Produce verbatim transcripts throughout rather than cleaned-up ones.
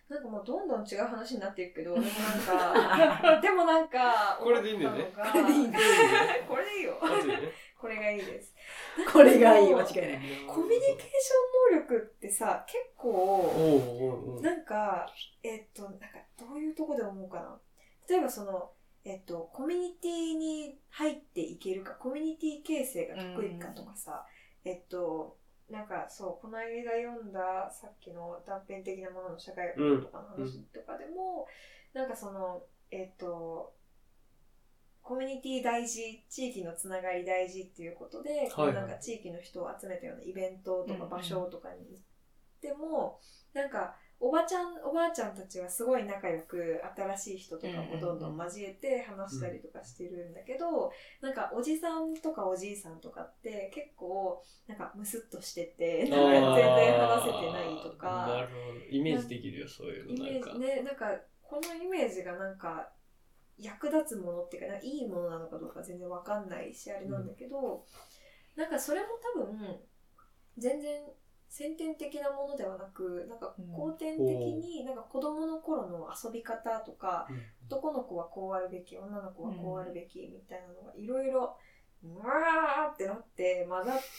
なんかもうどんどん違う話になっていくけど、でもなんか、でもなんか、 これでいいんだよね。 これでいいんだよ。これでいいよ。これがいいです。 これがいい、間違いない。 コミュニケーション能力ってさ、結構、なんか、えっと、なんかどういうとこで思うかな。例えばその、えっと、コミュニティに入っていけるか、コミュニティ形成が得意かとかさ、えっと、なんかそう、この間読んださっきの断片的なものの社会学とかの話とかでも、うん、なんかその、えっと、コミュニティ大事、地域のつながり大事っていうことで、はい、なんか地域の人を集めたようなイベントとか場所とかに行っても、うん、なんかおばちゃん、おばあちゃんたちはすごい仲良く新しい人とかもどんどん交えて話したりとかしてるんだけど、うん、なんかおじさんとかおじいさんとかって結構なんかムスッとしてて、なんか全然話せてないとか。 なるほど。イメージできるよ、そういうの。 イメージね、なんかこのイメージがなんか役立つものっていうか、いいものなのかどうか全然わかんないしあれなんだけど、うん、なんかそれも多分全然先天的なものではなく、なんか後天的になんか子供の頃の遊び方とか、うん、男の子はこうあるべき、女の子はこうあるべきみたいなのがいろいろうわーってなって混ざって、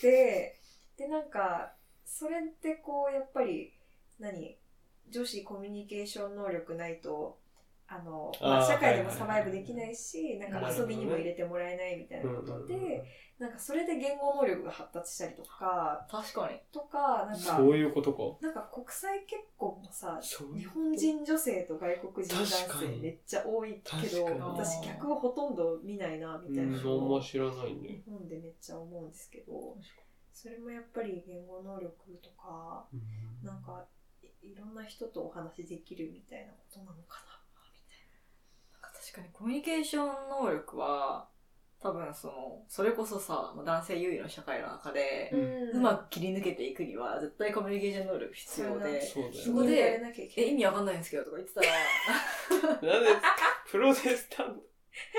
でなんかそれってこうやっぱり何女子コミュニケーション能力ないとあのまあ、社会でもサバイブできないし、なんか遊びにも入れてもらえないみたいなことで、なんかそれで言語能力が発達したりとか、 確かにとか、なんかそういうことか。 なんか国際結婚もさ、日本人女性と外国人男性めっちゃ多いけど、私逆はほとんど見ないなみたいなのを、うん、知らないね。 日本でめっちゃ思うんですけど、それもやっぱり言語能力とか、うん、なんかいろんな人とお話できるみたいなことなのかな。 確かにコミュニケーション能力は多分そのそれこそさ男性優位の社会の中で、うん、うまく切り抜けていくには絶対コミュニケーション能力必要で、そこでえ意味わかんないんですけどとか言ってたらなんでプロテスタント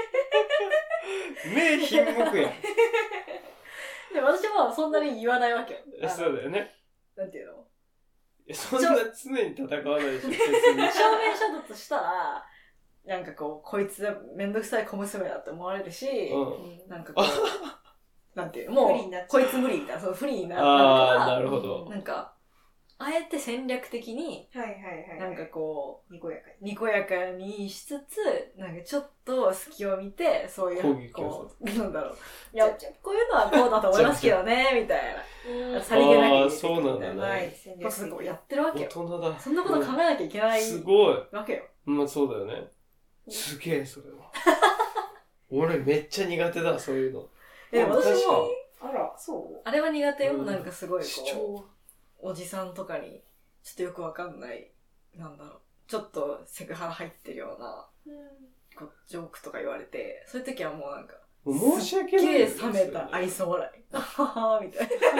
名品目やん。で私もそんなに言わないわけよ。 そうだよね。 なんていうの？ そんな常に戦わないでしょ。証明書だとしたら。なんかこう、こいつめんどくさい小娘だって思われるし、うん、なんかこう、なんていう、もう、こいつ無理みたいな、その不利になるから、 あー、なるほど。 なんか、あえて戦略的に、 はいはいはい、 なんかこう、にこやかに、にこやかにしつつ、なんかちょっと隙を見て、そういう、こう、なんだろう。いや、こういうのはこうだと思いますけどね、みたいな。さりげなく言ってくるみたいな。はい、戦略的にやってるわけよ。 大人だ。 そんなこと考えなきゃいけない。 すごい。 わけよ。 まあそうだよね。すげえ、それは。俺めっちゃ苦手だ、そういうの。 え、私も、 あら、そうあれは苦手よ、うん、なんかすごいこう、おじさんとかに、ちょっとよくわかんない、なんだろう、ちょっとセクハラ入ってるような、うん、こうジョークとか言われて、そういう時はもうなんか、 申し訳ない、 すっげえ冷めた愛想笑い。ははみたいな。だ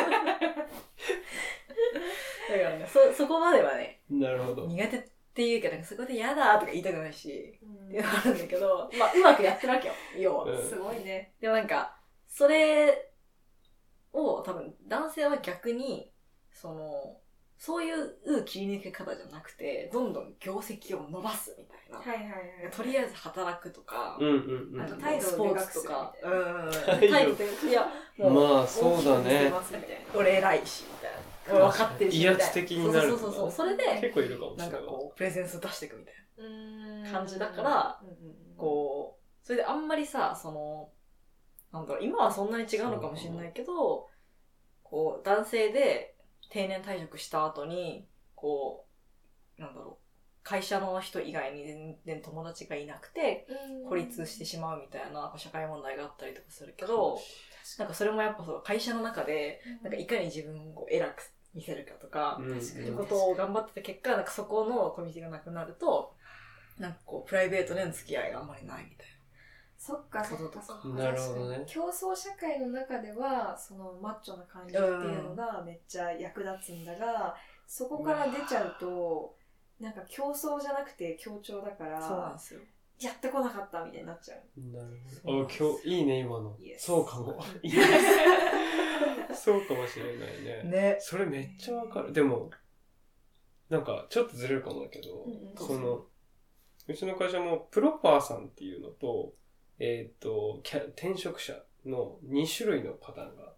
からね、そ、そこまではね、 なるほど。 苦手っていうか、なんかそこで嫌だとか言いたくないし、うん、っていうのがあるんだけど、まあ、うまくやってるわけよ、要は。 うん、すごいね。 でもなんか、それを多分男性は逆に、その、そういう切り抜け方じゃなくて、どんどん業績を伸ばすみたいな。 はいはいはい。 とりあえず働くとか、 うんうんうん、 なんか態度をスポーツとか、うんうん、 態度で、いや、もう、まあそうだね。 俺偉いし、みたいな。分かってるし、 威圧的になる。 そうそうそうそう。それで、 結構いるかもしれない。 なんかこう、プレゼンス出していくみたいな感じだから、こう、それであんまりさ、その、なんだろう、今はそんなに違うのかもしれないけど、こう、男性で定年退職した後に、こう、なんだろう、会社の人以外に全然友達がいなくて、孤立してしまうみたいな社会問題があったりとかするけど、なんかそれもやっぱそう会社の中で、なんかいかに自分を偉く見せるかとか、っていうことを頑張ってた結果、なんかそこのコミュニティがなくなると、なんかこう、プライベートでの付き合いがあんまりないみたいな。 そっかそっかそっか。 なるほどね。 競争社会の中では、そのマッチョな感じっていうのがめっちゃ役立つんだが、そこから出ちゃうと、なんか競争じゃなくて協調だから、 そうなんですよ。 やってこなかったみたいになっちゃう。 なるほど。あ、今日いいね今の。そうかも。そうかもしれないね。 ね。 それめっちゃわかる。でもなんかちょっとずれるかもだけど、 うんうん、 そのうちの会社もプロパーさんっていうのと、えっ、ー、と転職者のに種類のパターンがあって、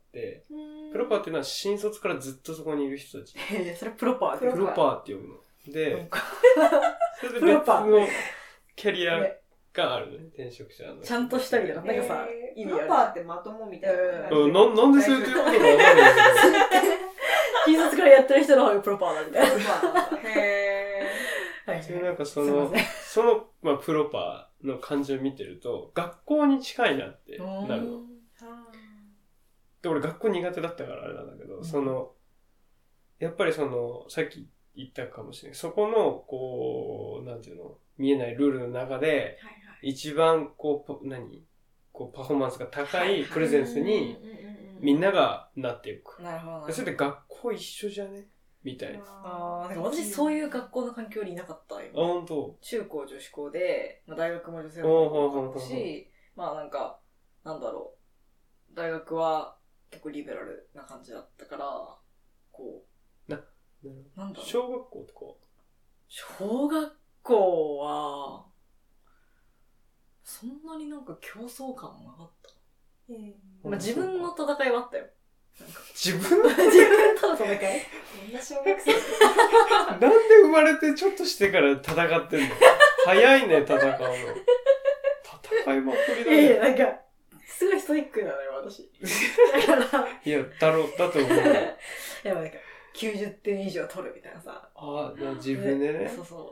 プロパーっていうのは新卒からずっとそこにいる人たち。 えー、それプロパーってプロパーって呼ぶの。で、それで別のキャリアがあるのね、転職者の。 ちゃんとしたみたいな。なんかさ、 意味ある。プロパーってまともみたいな。 うん、な、なんでそういうことかわかんないけど。 新卒からやってる人の方がプロパーだみたいな。 プロパーへー。はい。 で、なんかその、その、まあ、プロパーの感じを見てると、学校に近いなってなるの。で、俺学校苦手だったからあれなんだけど、うん、その、やっぱりその、さっき言ったかもしれない。そこの、こう、なんていうの、見えないルールの中で、はいはい、一番こう、何こう、パフォーマンスが高いプレゼンスに、みんながなっていく。 なるほど。 それで学校一緒じゃねみたいな。 ああ、私そういう学校の環境にいなかったよ。 あ、ほんと。 中高女子校で、まあ、大学も女性も多かったし、まあなんか、なんだろう。大学は結構リベラルな感じだったから、こう。 な、 なんだろう。 小学校とか小学校は、そんなになんか競争感もなかった。えーまあ、自分の戦いはあったよ。 なんか自分の自分との戦いみんな小学生なんで生まれてちょっとしてから戦ってんの早いね、戦うの。戦いまくりだね。 いやいや、なんか、すごいストイックなのよ、私。だから。 いや、だろう、だと思う。 いや、なんか、きゅうじゅってん以上取るみたいなさ。 ああ、自分でね。 そうそう。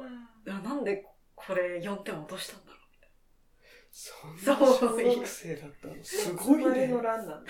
なんでこれよんてん落としたんだろう。 そんな小学生だったのすごいね。 の欄なんだ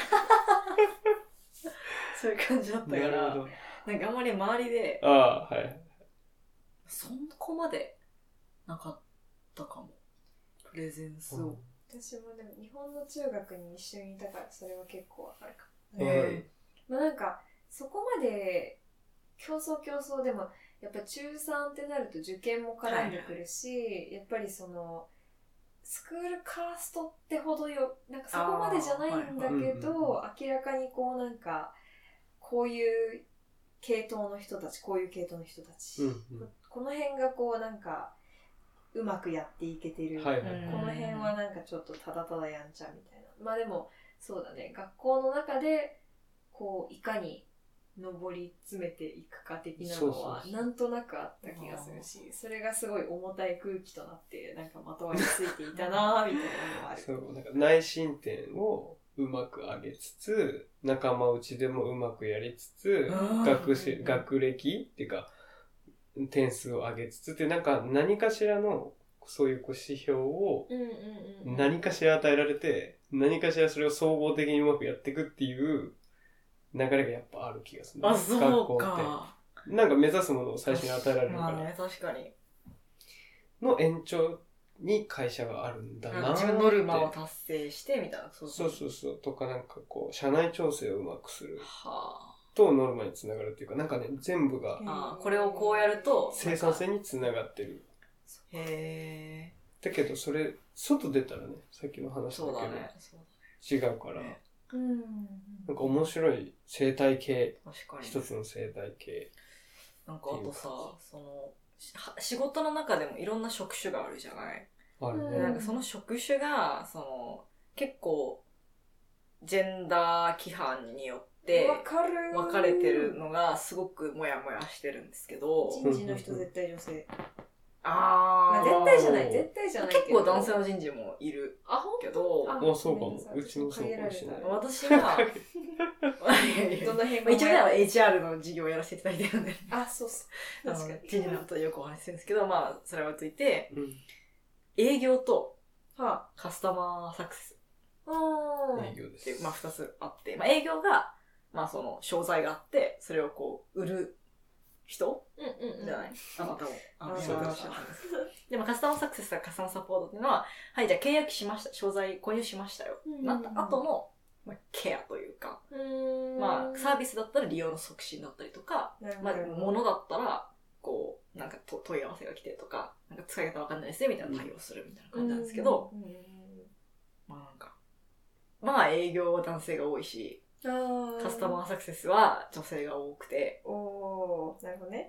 そういう感じだったから、なんかあんまり周りで、 ああ、はい。 そこまでなかったかも。プレゼンスを。うん、 私もでも日本の中学に一緒にいたからそれは結構わかるかも。えー、まあなんかそこまで競争競争でもやっぱ中さんってなると受験も絡んでくるし、はいはい、やっぱりそのスクールカーストってほどよ、なんかそこまでじゃないんだけど、はい、明らかにこうなんか、こういう系統の人たち、こういう系統の人たち、うんうん、この辺がこうなんか、うまくやっていけてる、はいはい、この辺はなんかちょっとただただやんちゃみたいな。まあでも、そうだね、学校の中で、こう、いかに上り詰めていくか的なのはなんとなくあった気がするし、それがすごい重たい空気となってなんかまとわりついていたなみたいなのがある。 そうなんか内申点をうまく上げつつ、仲間内でもうまくやりつつ、学生学歴っていうか点数を上げつつってなんか何かしらのそういうこう指標を何かしら与えられて、何かしらそれを総合的にうまくやっていくっていう流れがやっぱある気がする、 ね。あ、そうか。 なんか目指すものを最初に与えられるから。 まあね、確かに。 の延長に会社があるんだなって。 自分ノルマを達成してみたいな。 そうそうそうそう。とかなんかこう、社内調整をうまくする。はあ。とノルマにつながるっていうか、なんかね、全部が。 ああ、これをこうやると。 生産性につながってる。 へー。だけどそれ、外出たらね、さっきの話だけど。そうだね。違うから。ね、うん、なんか面白い生態系、一つの生態系。 なんかあとさ、その仕事の中でもいろんな職種があるじゃない。 あるね。 なんかその職種がその結構ジェンダー規範によって分かれてるのがすごくモヤモヤしてるんですけど。 人事の人絶対女性。 あー、 まあ、絶対じゃない絶対じゃない結構男性の人事もいるけど、 あ、そうかも。うちもそうかもしれない。 私はどの辺が一応ね エイチアール の授業をやらせていただいてるんで、 あ、そうそう。 確かに人事のことはよくお話しするんですけど、まあそれはついて、うん、営業とカスタマーサクセス、 はあ、営業です。 まあ二つあって、まあ営業がまあその商材があってそれをこう売る人、うんうんうん、じゃないあなたも。あの、そうです。でもカスタマーサクセスやカスタマーサポートっていうのは、はい、じゃあ契約しました。商材購入しましたよ。うんうんうん、なった後の、まあ、ケアというか、うまあ、サービスだったら利用の促進だったりとか、まあ、物だったら、こう、なんかと問い合わせが来てとか、なんか使い方わかんないですね、みたいな対応するみたいな感じなんですけど、うんうんうん、まあなんか、まあ営業は男性が多いし、カスタマーサクセスは女性が多くて、 おー、なるほどね。 まあ、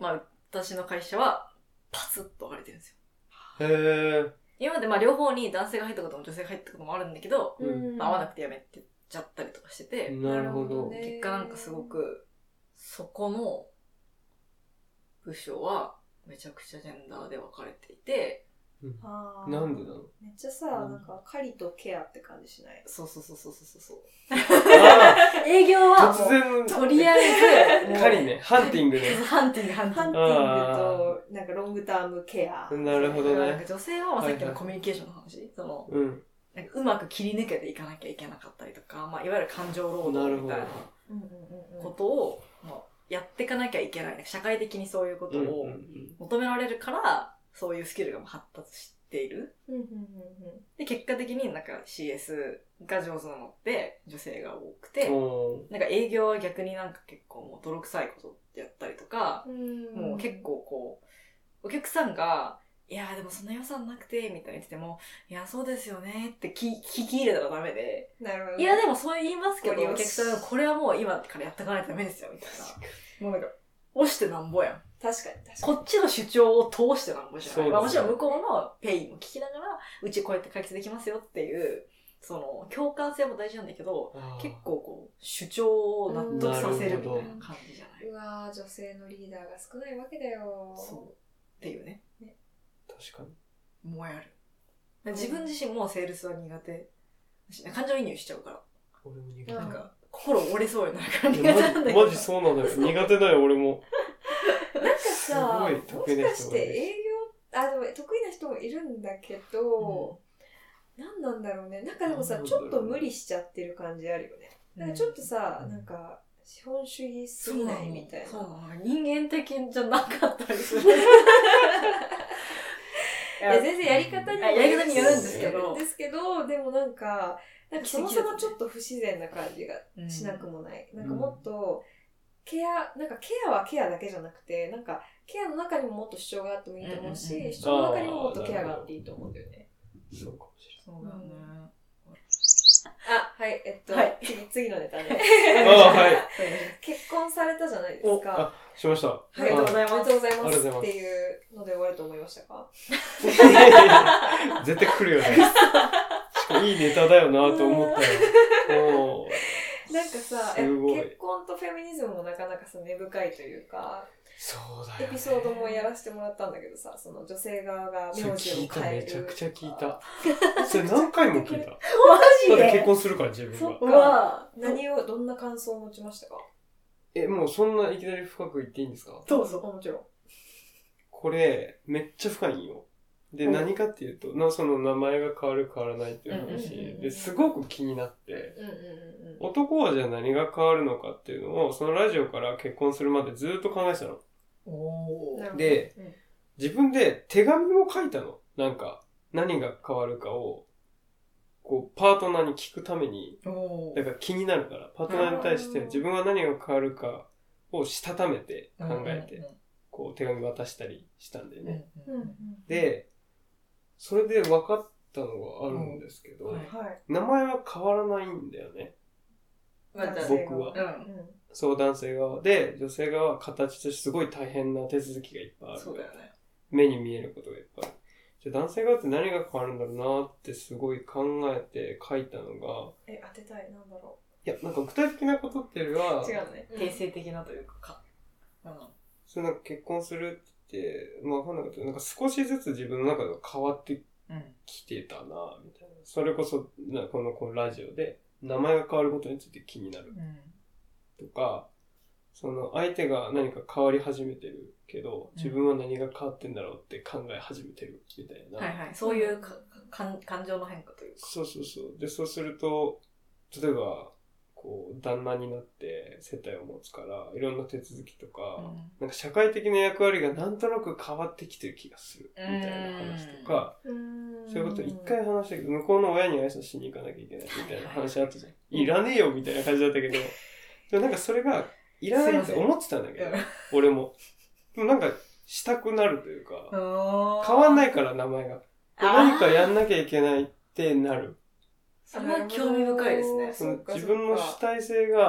私の会社はパツッと分かれてるんですよ。 へー。 今までまあ両方に男性が入ったことも女性が入ったこともあるんだけど、 うん、 まあ、合わなくてやめって言っちゃったりとかしてて、 なるほど。 結果なんかすごくそこの部署はめちゃくちゃジェンダーで分かれていて、 うん、なんでなの？ めっちゃさ、なんか狩りとケアって感じしない？ そうそうそうそうそうそう。営業は突然とりあえず狩りね、ハンティングね。 ハンティングハンティング。 ハンティングとなんかロングタームケア。 なるほどね。 なんか女性はさっきのコミュニケーションの話、はいはい、その、うん、なんかうまく切り抜けていかなきゃいけなかったりとか、まあいわゆる感情労働みたいなことを、まあ、やっていかなきゃいけない。社会的にそういうことを求められるから、そういうスキルが発達している。で、結果的になんか シーエス が上手なのって女性が多くて、なんか営業は逆になんか結構もう泥臭いことってやったりとか、もう結構こう、お客さんが、いやーでもそんな予算なくて、みたいな言ってても、いやそうですよねって聞き入れたらダメで、 なるほど、 ね。いやでもそう言いますけど、お客さんこれはもう今からやっていかないとダメですよ、みたいな。もうなんか、押してなんぼやん。 確かに確かに。こっちの主張を通してなんぼじゃない。まあもちろん向こうのペイも聞きながら、うちこうやって解決できますよっていう、その、共感性も大事なんだけど、結構こう、主張を納得させるみたいな感じじゃない。 うわー、女性のリーダーが少ないわけだよ。 そう。っていうね。ね、 確かに。もやる。自分自身もセールスは苦手。感情移入しちゃうから。 俺も苦手。 なんか、心折れそうよな感じがするんだけど。 マジそうなんだよ。苦手だよ、俺も。 なんかさ、もしかして営業、あ、でも得意な人もいるんだけど、うん、何なんだろうね。なんかでもさ、ちょっと無理しちゃってる感じあるよね。なんかちょっとさ、うん、なんか、資本主義すぎないみたいな。 そうなの。人間的じゃなかったりする。 いや、全然やり方にやり方によるんですけど。 ですけど、でもなんか、なんかそもそもちょっと不自然な感じがしなくもない。うん、なんかもっと、ケア、なんかケアはケアだけじゃなくて、なんかケアの中にももっと主張があってもいいと思うし、うんうんうん、主張の中にももっとケアがあっていいと思うんだよね。 そうかもしれない。 そうだよね。 うん、あ、はい、えっと、はい、次、次のネタね。 ああ、はい。 結婚されたじゃないですか。 あ、しました。 ありがとうございます。ありがとうございます。っていうので終わると思いましたか？ 絶対来るよね。しかもいいネタだよなと思ったよ。 なんかさ、結婚とフェミニズムもなかなかさ根深いというか、 そうだよね、 エピソードもやらせてもらったんだけどさ、その女性側が名字を変える。 めちゃくちゃ聞いた。それ何回も聞いた。マジで？ だって結婚するから自分が。 そっか。何を、どんな感想を持ちましたか？ え、もうそんないきなり深く言っていいんですか？ どうぞ、もちろん。 これ、めっちゃ深いんよ。で、うん、何かっていうと、なその名前が変わる変わらないっていう話で、すごく気になって、男はじゃあ何が変わるのかっていうのを、そのラジオから結婚するまでずっと考えてたの。 おで、うん、自分で手紙も書いたの。なんか、何が変わるかを、こう、パートナーに聞くために、だから気になるから、パートナーに対して自分は何が変わるかをしたためて考えて、こう、手紙渡したりしたんだよね。で、それで分かったのがあるんですけど、はい、名前は変わらないんだよね。僕は。うん、そう、男性側で、女性側は形としてすごい大変な手続きがいっぱいある。 そうだよね。 目に見えることがいっぱいある。じゃあ男性側って何が変わるんだろうなってすごい考えて書いたのが、 え、当てたい、なんだろう。いや、なんか具体的なことっていうよりは、 違うね。定性的なというか、 うん。それなんか結婚するって、まあわかんなかったけど、なんか少しずつ自分の中では変わってきてたな、みたいな。それこそ、なこの、このラジオで、名前が変わることについて気になる。とか、その相手が何か変わり始めてるけど、自分は何が変わってんだろうって考え始めてるみたいな。 はいはい。そういうかか感情の変化というか。 そうそうそう。で、そうすると、例えば、こう、旦那になって世帯を持つから、いろんな手続きとか、うん、なんか社会的な役割がなんとなく変わってきてる気がする。みたいな話とか、そういうこと一回話したけど、向こうの親に挨拶しに行かなきゃいけないみたいな話あったじゃん。いらねえよみたいな感じだったけど、でもなんかそれがいらないって思ってたんだけど、俺も。でもなんかしたくなるというか、変わんないから名前が。何かやんなきゃいけないってなる。 それは興味深いですね。 その自分の主体性が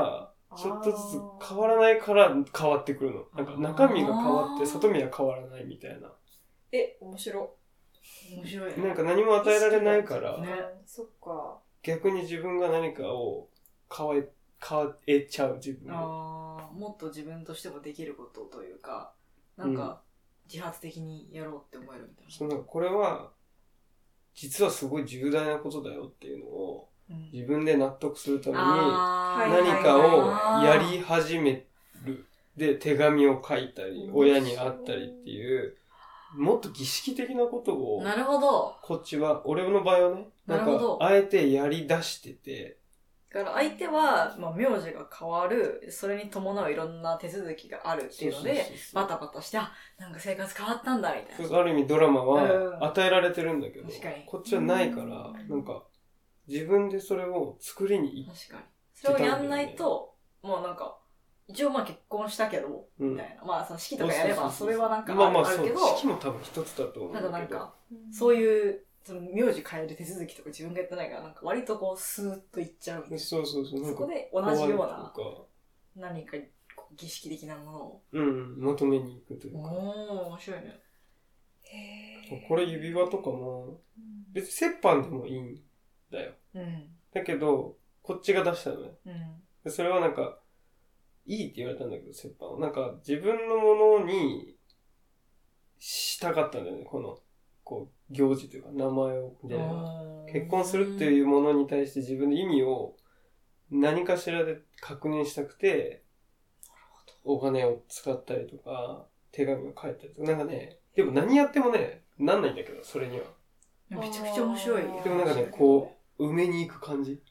ちょっとずつ変わらないから変わってくるの。なんか中身が変わって外見は変わらないみたいな。 え、面白い。面白いね。 なんか何も与えられないから、 ね、そっか。 逆に自分が何かを変え、変えちゃう自分。 ああ、もっと自分としてもできることというか、なんか自発的にやろうって思えるみたいな。 そう、なんかこれは実はすごい重大なことだよっていうのを自分で納得するために何かをやり始める。で、手紙を書いたり、親に会ったりっていう、もっと儀式的なことを、 なるほど。 こっちは、俺の場合はね、なんか、あえてやり出してて。 だから相手は、まあ、名字が変わる、それに伴ういろんな手続きがあるっていうので、バタバタして、あ、なんか生活変わったんだ、みたいな。 ある意味ドラマは与えられてるんだけど、 確かにこっちはないから、なんか、自分でそれを作りに行って確かに。それをやんないと、もうなんか、一応まあ結婚したけど、 うん、 みたいな。まあその式とかやれば、それはなんかある、 まあまああるけど、 式も多分一つだと思うけど。 ただなんか、そういう、その名字変える手続きとか自分がやってないから、なんか割とこうスーッといっちゃうみたいな。 そうそうそう。 そこで同じような、何か儀式的なものを。 うん、求めに行くというか。 おー、面白いね。 へー。これ指輪とかも、別に折半でもいいんだよ。 うん。 だけど、こっちが出したのね。 うん。 それはなんか、いいって言われたんだけど、折半は。なんか、自分のものにしたかったんだよね。この、こう、行事というか、名前を。で、結婚するっていうものに対して自分の意味を何かしらで確認したくて、お金を使ったりとか、手紙を書いたりとか、なんかね、でも何やってもね、なんないんだけど、それには。 めちゃくちゃ面白い。 でもなんかね、こう、埋めに行く感じ。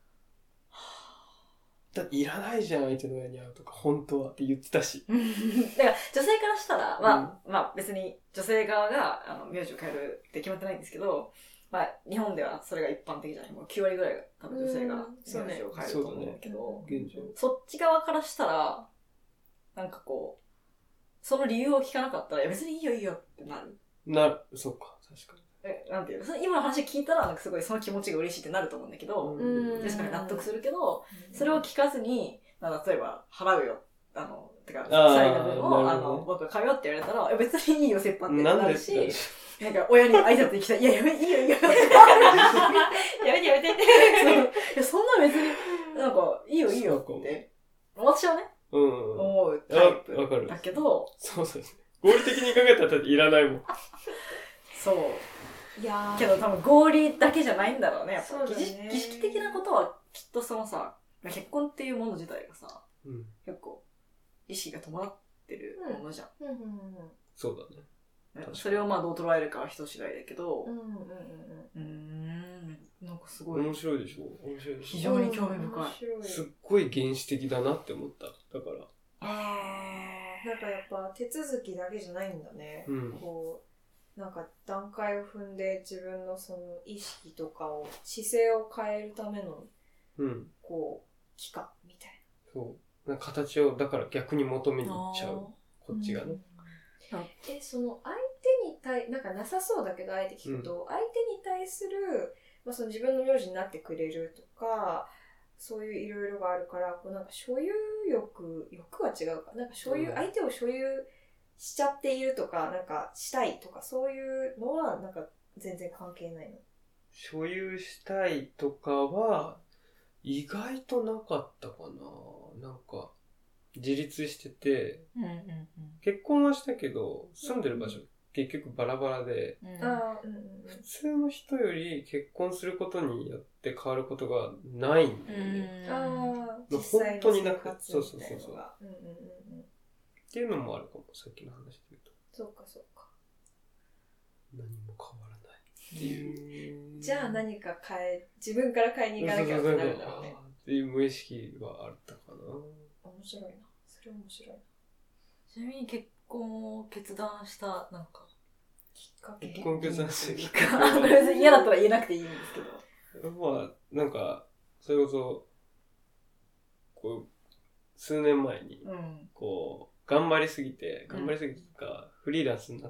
だっていらないじゃん、相手の親に会うとか、本当はって言ってたし。 だから、女性からしたら、まあ、うん、まあ別に女性側が、あの、名字を変えるって決まってないんですけど、まあ、日本ではそれが一般的じゃない。もうきゅう割ぐらいが多分女性が名字を変えると思うんだけど、 うん、現状。 そっち側からしたら、なんかこう、その理由を聞かなかったら、別にいいよいいよってなる。 なる、そうか、確かに。 え、なんていうの、その今の話聞いたら、なんかすごいその気持ちが嬉しいってなると思うんだけど、うん、確かに納得するけど、それを聞かずに、まあ、例えば、払うよ。あの、てか、最後の分を、あの、僕が買うよって言われたら、え、別にいいよ、折半ってなるし、なんか、親に挨拶に来たら、いや、やめ、いいよ、いいよ。やめて、やめてって。そういや、そんな別に、なんか、いいよ、いいよって。私はね、 うん、 思うタイプだけど、 そうですね。合理的に考えたらいらないもん。 そう。いやけど多分合理だけじゃないんだろうね。やっぱ儀式儀式的なことはきっとそのさ、結婚っていうもの自体がさ、 うん、 結構意識が伴ってるものじゃん。 うんうんうんうん、 そうだね。 それをまあどう捉えるかは人次第だけど、 うんうんうん、 うーん、なんかすごい。 面白いでしょ。面白いでしょ。 非常に興味深い。 すっごい原始的だなって思った。だから。 あー、なんかやっぱ手続きだけじゃないんだね。 うん、 こうなんか段階を踏んで自分のその意識とかを姿勢を変えるための、 うん、 こう期間みたいな。そうなんか形をだから逆に求めに行っちゃうこっちがね。うん、 えその相手に対なんかなさそうだけどあえて聞くと、うん、相手に対する、まあ、その自分の名字になってくれるとかそういういろいろがあるからこうなんか所有欲欲は違うかなんか所有、うん、相手を所有しちゃっているとか、なんかしたいとかそういうのはなんか全然関係ないの。 所有したいとかは意外となかったかな。なんか自立してて、 うんうんうん、 結婚はしたけど住んでる場所、うん、結局バラバラで、 うんうんうん、 普通の人より結婚することによって変わることがないんだよね。 うん、あ実際の生活みたいなのが本当になくそうそうそうそう。 うんうんうんっていうのもあるかも、さっきの話で言うと。 そうかそうか。 何も変わらないっていう。 じゃあ何か変え、自分から変えに行かなきゃってなるんだろうね。 っていう無意識はあったかな。 面白いな。それ面白いな。 ちなみに結婚を決断したなんかきっかけ。 結婚を決断したきっかけ。別に嫌だったら言えなくていいんですけど。 まあなんかそれこそこう数年前にこう。頑張りすぎて、頑張りすぎてか、うん、フリーランスになって、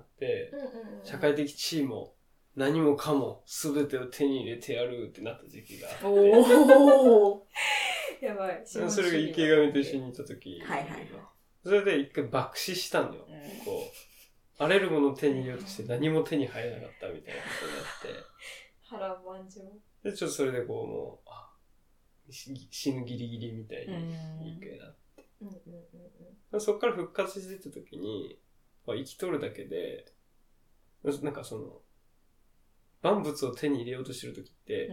うんうんうん、 社会的地位も何もかも全てを手に入れてやるってなった時期があって。 おーいやばい。 それが池上と一緒にいた時、 はいはいはい。 それで一回爆死したんよ、うん、こうあらゆるものを手に入れようとして何も手に入らなかったみたいなことになって波乱万丈でちょっとそれでこうもうあ死ぬギリギリみたいにいくようになって、うんうんうんうん、そこから復活してた時に、まあ、生きとるだけでなんかその万物を手に入れようとしてる時って、うん、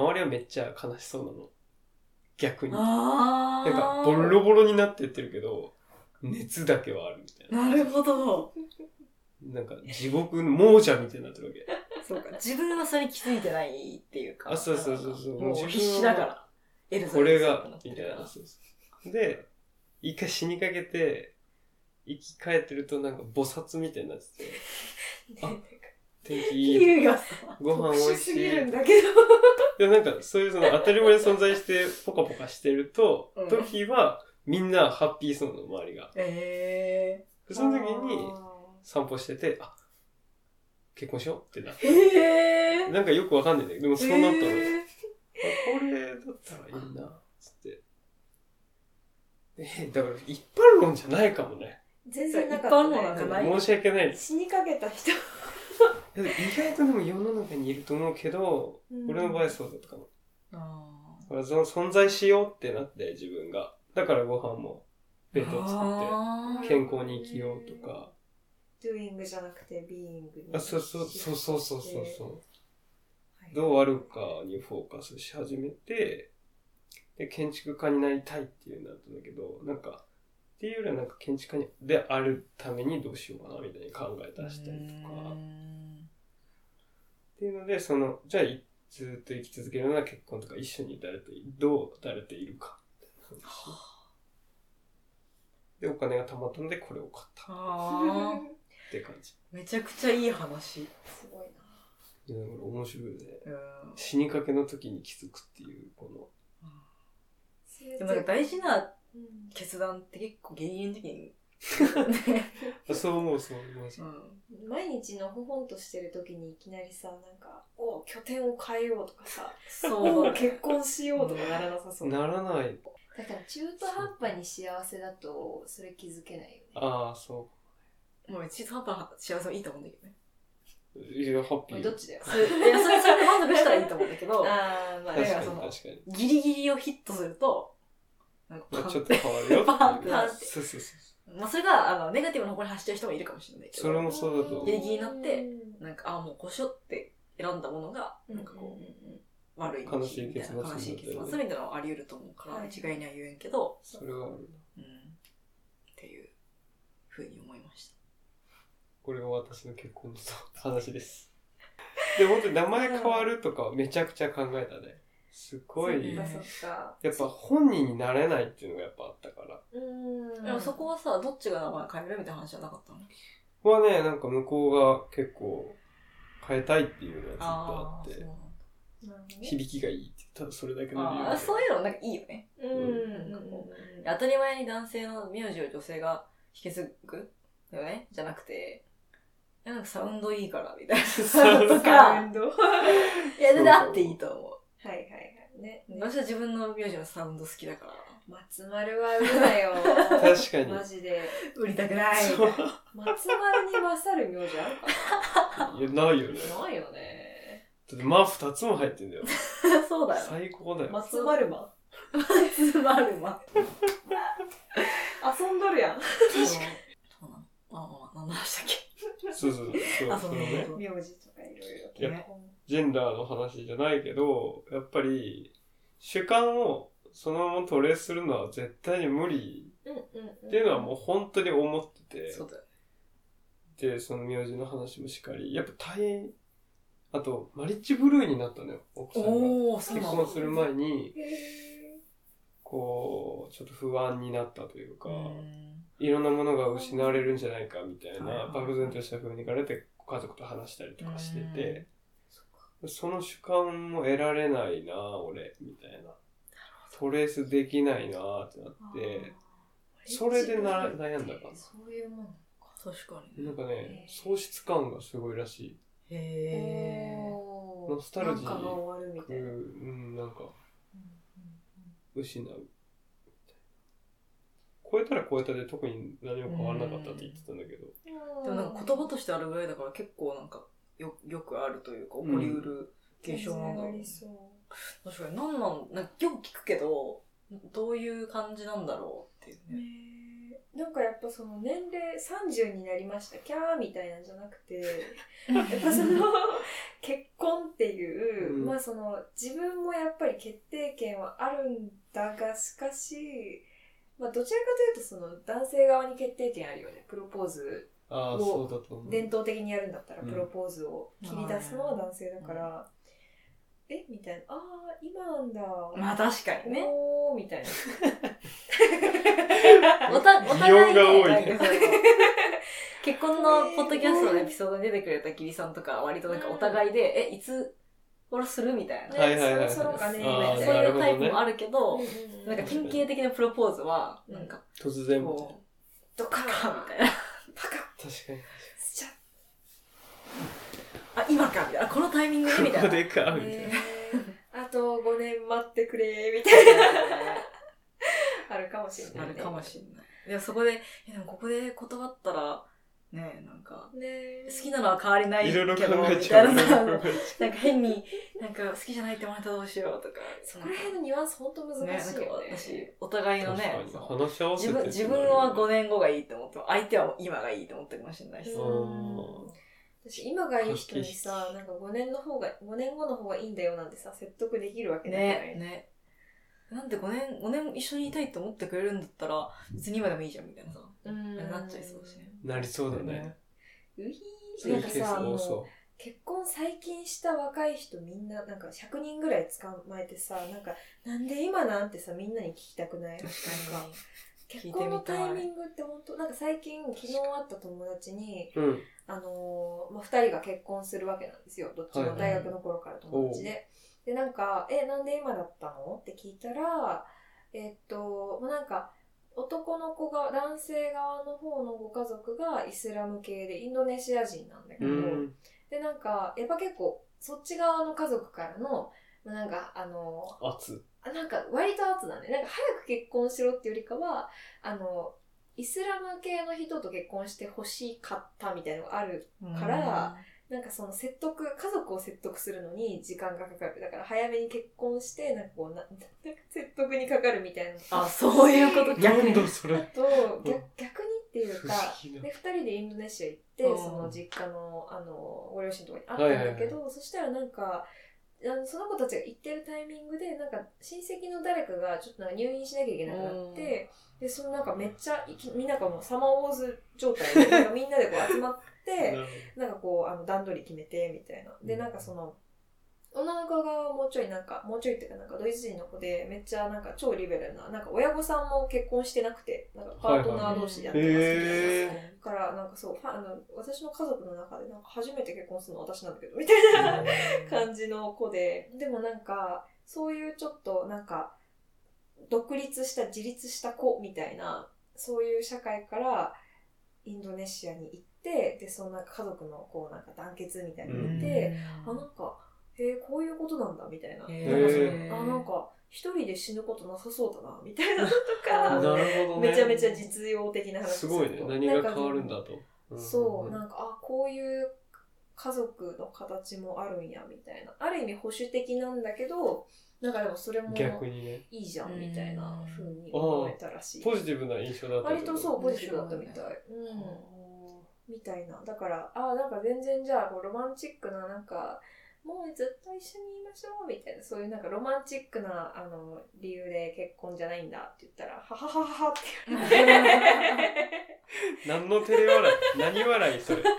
周りはめっちゃ悲しそうなの逆になんかボロボロになってってるけど熱だけはあるみたいな。 なるほど。 なんか地獄の亡者みたいになってるわけ。 そうか。自分はそれに気づいてないっていうか。 あ、そうそうそうそう。 もう必死だから。 エルザこれがみたいな。そうそう。で、一回死にかけて生き返ってるとなんか菩薩みたいになってて。あ、天気いい。ご飯美味しい。すぎるんだけど。でなんかそういうその当たり前に存在してポカポカしてると、うん、時はみんなハッピーそうなの周りが。えー、その時に散歩してて、あ、結婚しようってなって。えー、なんかよくわかんないんだけど、でもそうなったの。えー、これだったらいいな、つって。えー、だから一般論じゃないかもね。 全然なかったね。一般論じゃない。申し訳ない。 死にかけた人。 意外とでも世の中にいると思うけど、うん、俺の場合そうだったかも。あだからその存在しようってなって自分が。だからご飯も弁当作って健康に生きようとか。 doing じゃなくて being に。 あ、そうそうそうそうそうそうそう。はい、どうあるかにフォーカスし始めて、で建築家になりたいっていうのだったんだけど、なんかっていうよりはなんか建築家であるためにどうしようかなみたいに考え出したりとか。っていうので、その、じゃあずっと生き続けるのは結婚とか一緒に誰と、どう誰といるか。で、お金が貯まったのでこれを買った。って感じ。 めちゃくちゃいい話。 すごいな。 いや、だから面白いね。死にかけの時に気づくっていう、この。 でもなんか大事な決断って結構ギリギリの時にそう思う、そう思う、 うん。毎日のほほんとしてる時にいきなりさ、なんか、お拠点を変えようとかさ、そう結婚しようとかならなさそう。 ならない。 だから中途半端に幸せだと、それ気づけないよね。 ああ、そう。 もう中途半端な幸せはいいと思うんだけどね。 いや、ハッピー。 どっちだよ。 それ、いや、それ、それで満足したらいいと思うんだけど、 ああ、まあ、 確かに、確かに。 ギリギリをヒットすると、 なんかパンって。ちょっと変わるよ。 パンって。 そうそうそう。 まあそれが、あの、ネガティブな方向に走ってる人もいるかもしれないけど。 それもそうだと思う。 ギリギリになって、なんか、ああ、もうこうしようって選んだものが、なんかこう、悪い悲しい結末。 悲しい結末。そういうのはあり得ると思うから、一概には言えんけど。 それはあるな。うん。 っていうふうに思いました。 これが私の結婚の話です。で、本当に名前変わるとかめちゃくちゃ考えたね。すごい。やっぱ本人になれないっていうのがやっぱあったから。 うん。でもそこはさ、どっちが名前変えるみたいな話じゃなかったの？ ここはね、なんか向こうが結構変えたいっていうのがずっとあって、響きがいいってただそれだけの理由。 あ、そういうのなんかいいよね。うん。なんかこう当たり前に男性の名字を女性が引き継ぐだよねじゃなくて、なんかサウンドいいからみたいなサウンド。いや、全然あっていいと思う。 はいはいはい。ね。 私は自分の名字のサウンド好きだから。 松丸は売るなよ。 確かに。 マジで。 売りたくない。 松丸に勝る名字あるかな？いや、ないよね。 ないよね。 だって、まあ二つも入ってんだよ。 そうだよ。 最高だよ。 松丸ま。 松丸ま。 遊んどるやん。 そうなの。ああ、何の話だっけ？ そうそうそう。 あ、そうね。 名字とかいろいろ。 ジェンダーの話じゃないけど、やっぱり主観をそのままトレースするのは絶対に無理っていうのはもう本当に思ってて、 そうだよね。 で、その名字の話もしっかり、やっぱ大変、あとマリッジブルーになったのよ、奥さんが。結婚する前に、こう、ちょっと不安になったというか、いろんなものが失われるんじゃないかみたいな、漠然とした風にかられて家族と話したりとかしてて、その主観も得られないな俺みたいなトレースできないなってなってそれでな悩んだかな。 そういうもんか。 確かになんかね喪失感がすごいらしい。 へー。 ノスタルジーなんかが終わるみたいな。 うんなんか失う超えたら超えたで特に何も変わらなかったって言ってたんだけど、 でもなんか言葉としてあるぐらいだから結構なんか よ, よくあるというか起こりうる現象なんだろう、うん、確かに何なんなんかよく聞くけどどういう感じなんだろうっていうね。 ね、なんかやっぱその年齢さんじゅうになりましたキャーみたいなんじゃなくてやっぱその結婚っていう、うん、まあその自分もやっぱり決定権はあるんだがしかし、まあ、どちらかというとその男性側に決定権あるよね。プロポーズを伝統的にやるんだったらプロポーズを切り出すのは男性だから、うんえみたいな、ああ今なんだ、 まあ確かにね、 おーみたいなおたお互いね結婚のポッドキャストのエピソードに出てくれたキリさんとか割となんかお互いで、うん、えいつ頃するみたいな、 はいはいはい、 そろそろかねみたいな、そういうタイプもあるけど、ね、なんか典型的なプロポーズはなんか、 うん、突然こうドカーンみたいなパカッ確かにあ、今かみたいな、このタイミングでみたいな。 ここでかみたいな、えー。あとごねん待ってくれみたいなあるかもしれない、ね。 あるかもしれない。でもそこで、でもここで断ったらね、なんかね好きなのは変わりないけどみたいなさ、なんか変になんか好きじゃないって思われたらどうしようとか、 そこら辺のニュアンス本当難しいよね。ね、なんか私お互いのね、 話し合わせて自分自分はごねんごがいいと思っても相手は今がいいと思ってるかもしれないし。 私今がいい人にさ、なんかごねんの方がごねんごの方がいいんだよなんてさ説得できるわけないね。ね。なんでごねんごねん一緒にいたいと思ってくれるんだったら別に今でもいいじゃんみたいなさ、うんなっちゃいそうしね。 なりそうだね。 うひーなんかさ、もう結婚最近した若い人みんななんかひゃくにんぐらい捕まえてさ、なんかなんで今なんてさみんなに聞きたくない？なんか結婚のタイミングって本当なんか最近昨日会った友達に、うん、あのーまあ、ふたりが結婚するわけなんですよ。どっちも大学の頃から友達で、はいはい、でなんかえなんで今だったのって聞いたらえー、っとなんか男の子が男性側の方のご家族がイスラム系でインドネシア人なんだけど、うん、でなんかやっぱ結構そっち側の家族からのなんかあの圧なんか割と圧だね。なんか早く結婚しろっていうよりかはあのイスラム系の人と結婚してほしかったみたいなのがあるから、なんかその説得家族を説得するのに時間がかかる。だから早めに結婚してなんかこうななんか説得にかかるみたいな。 あ、そういうこと逆にそれあと 逆, 逆にっていうかでふたりでインドネシア行ってその実家のあのご両親とかに会ったんだけど、はいはいはい、そしたらなんかあのその子たちが行ってるタイミングでなんか親戚の誰かがちょっとなんか入院しなきゃいけなくなって、でそのなんかめっちゃみんながもうサマーウォーズ状態でなんかみんなでこう集まってなんかこうあの段取り決めてみたいなでなんかその女の子がもうちょいなんかもうちょいっていうかなんかドイツ人の子でめっちゃなんか超リベラルななんか親御さんも結婚してなくてなんかパートナー同士でやってますみたいな、はいはい、からなんかそうあの私の家族の中でなんか初めて結婚するの私なんだけどみたいな感じの子ででもなんかそういうちょっとなんか独立した自立した子みたいなそういう社会からインドネシアに行ってでそのなんか家族のこうなんか団結みたいなのを見てあなんかへえこういうことなんだみたいな、なんかそあなんか一人で死ぬことなさそうだなみたいなのとかなるほど、ね、 めちゃめちゃ実用的な話すごいね何が変わるんだと、 うん、そうなんかあこういう家族の形もあるんやみたいなある意味保守的なんだけどなんかでもそれもいいじゃんみたいな風に思えたらしい。 ポジティブな印象だった。 割とそうポジティブだったみたい。うん、みたいな。だからあなんか全然じゃあロマンチックななんかもうずっと一緒にいましょうみたいなそういうなんかロマンチックなあの理由で結婚じゃないんだって言ったらははははって言われて何の照れ笑い何笑いそれ。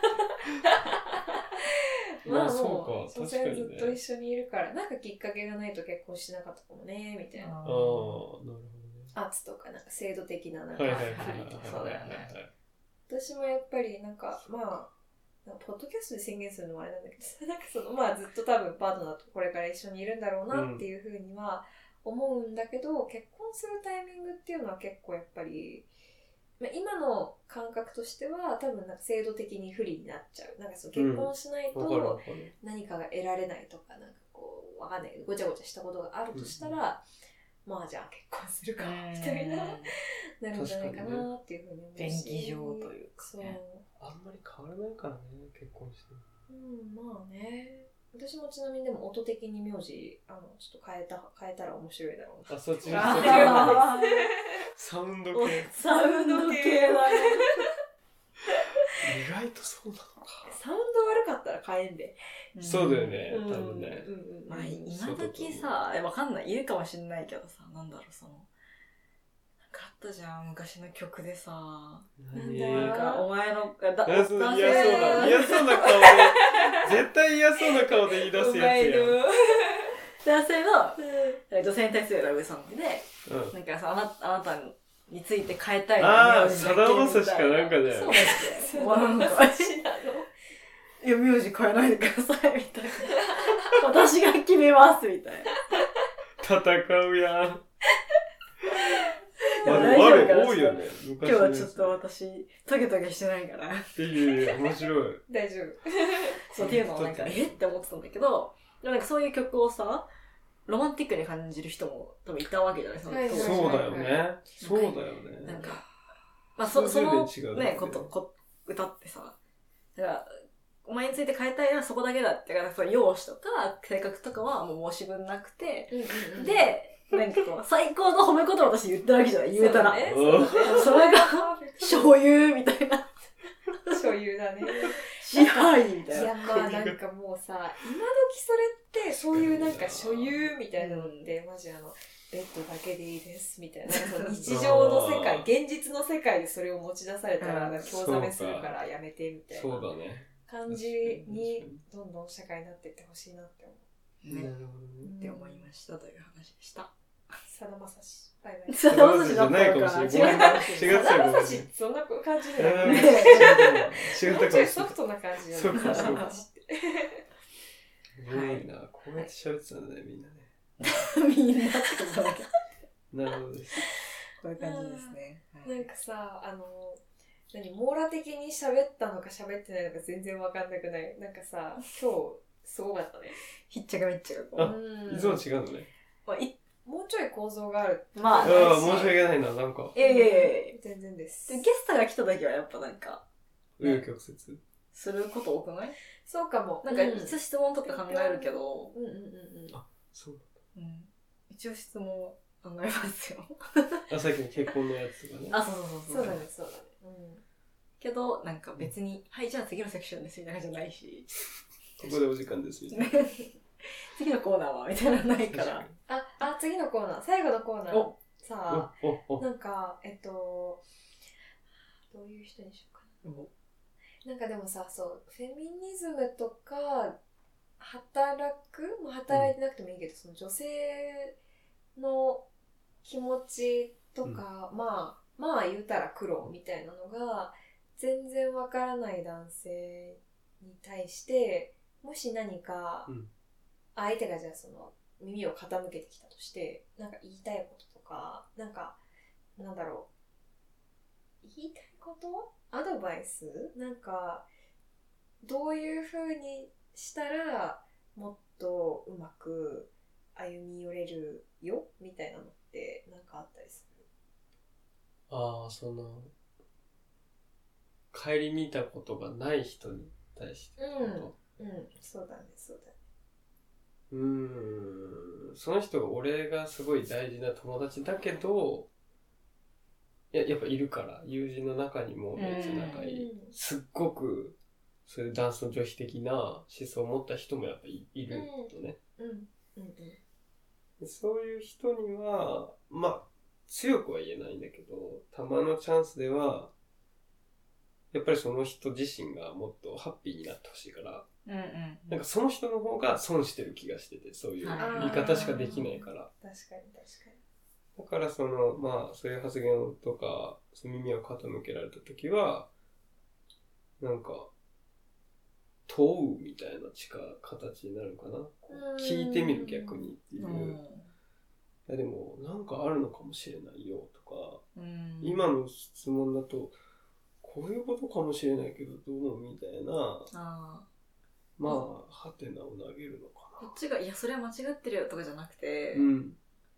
まあもう、所詮ずっと一緒にいるから、なんかきっかけがないと結婚しなかったかもね、みたいな。ああ、なるほどね。圧とか、なんか制度的な、なんか、そうだよね。私もやっぱり、なんか、まあ、ポッドキャストで宣言するのもあれなんだけど、なんかその、まあずっと多分パートナーとこれから一緒にいるんだろうなっていうふうには思うんだけど、うん、結婚するタイミングっていうのは結構やっぱり、今の感覚としては多分なんか制度的に不利になっちゃう。なんかその結婚しないと何かが得られないとか、なんかこうわかんないけどごちゃごちゃしたことがあるとしたら、 まあじゃあ結婚するかみたいななるんじゃないかなっていうふうに思うし、 便宜上というか、ね、 そうあんまり変わらないからね結婚してうん、まあね。私もちなみにでも音的に名字あのちょっと変えた変えたら面白いだろうな。 あ、そっちのサウンド系サウンド系だね。 意外とそうなのか。 サウンド悪かったら変えんで。 そうだよね、 うん、 多分ね。 うんうんうん、 まあ今時さ、わかんない、いるかもしんないけどさ、なんだろう、そのなんかあったじゃん昔の曲でさ、 なんだなんかお前のだ嫌そうな嫌そうな顔で絶対嫌そうな顔で言い出すやつやん。 男性の女性に対するラブソングで、 うん、 なんかさ、あなあなたについて変えたいああ、さだまさしかなんかだよ。 そうですよ。なんかいや、名字変えないでくださいみたいな。私が決めますみたいな。 戦うやん。 あれ、あれ多いよね。 今日はちょっと私、トゲトゲしてないから。 いやいや、面白い。 大丈夫。 そうっていうのをなんか、えって思ってたんだけど、でもなんかそういう曲をさ、ロマンティックに感じる人も多分いたわけじゃないですか。 そうだよね。そうだよね。 なんか、まあそ、そのね、こと、こ、歌ってさ、だから、お前について変えたいのはそこだけだって、だから容姿とか性格とかはもう申し分なくて、うんうんうん、で、なんかこう、最高の褒め言葉私言ってるわけじゃない、言えたら。そ, ねそ, ねそれが、所有みたいな。 所有だね。 支配みたいな。 いや、まあなんかもうさ、今時それって、そういうなんか所有みたいなのって、マジあの、ベッドだけでいいですみたいな、その日常の世界、現実の世界でそれを持ち出されたら、興ざめするからやめてみたいな。 そうだね。 感じにどんどん社会になっていってほしいなって思う。 ね。なるほどね。って思いましたという話でした。 さだまさし。バイバイ。 さだまさしじゃないかもしれない。違う。 さだまさしそんな感じだよね。 違ったかもしれない。 もうちょいソフトな感じだよね。 そうかそうか。すごいな。こうやって喋ってたんだね、みんなね。 みんなってことだけ。 なるほどです。 こういう感じですね。 なんかさ、あの、何網羅的に喋ったのか喋ってないのか全然わかんなくない。なんかさ、今日すごかったね。 ひっちゃかめっちゃかこう。あ、いつも違うのね。 まあ、いもうちょい構造がある。 まあ、 ああ、申し訳ないな、なんか。 いやいやいや全然です。 ゲストが来た時はやっぱなんか、 紆余曲折すること多くない？ そうかも。 なんか、いつ質問とか考えるけど、 うんうんうんうん。 あ、そうなんだ。うん。一応質問考えますよ。 あ、さっきの結婚のやつとかね。 あ、そうそうそうそうだね、そうだね。うん。 けど、なんか別に、はい、じゃあ次のセクションですみたいな感じじゃないし。 ここでお時間ですみたいな。 次のコーナーはみたいなのないから。 あ、あ、次のコーナー。最後のコーナー。さあ、なんか、えっと、どういう人にしようかな。なんかでもさ、そう、フェミニズムとか、働くもう働いてなくてもいいけど、その女性の気持ちとか、うん、まあ、まあ言うたら苦労みたいなのが全然わからない男性に対してもし何か相手がじゃあその耳を傾けてきたとしてなんか言いたいこととかなんかなんだろう言いたいことアドバイスなんかどういう風にしたらもっとうまく歩み寄れるよみたいなのってなんかあったりする？ ああ、その顧みたことがない人に対してうん、うん、そうだねそうだねうーんその人が俺がすごい大事な友達だけどいややっぱいるから友人の中にもめっちゃ仲いい、うん、すっごくそういうダンスの女子的な思想を持った人もやっぱ い, いるとね、 うんうんうんうん、そういう人にはまあ強くは言えないんだけどたまのチャンスではやっぱりその人自身がもっとハッピーになってほしいから、 うんうん、 なんかその人の方が損してる気がしててそういう言い方しかできないから確かに確かにだからそのまあそういう発言とか耳を傾けられた時はなんか問うみたいな近形になるかな聞いてみる逆にっていう、うんいやでもなんかあるのかもしれないよとか、うん、今の質問だとこういうことかもしれないけどどうみたいなあまあハテナを投げるのかなこっちがいやそれは間違ってるよとかじゃなくて、 うん、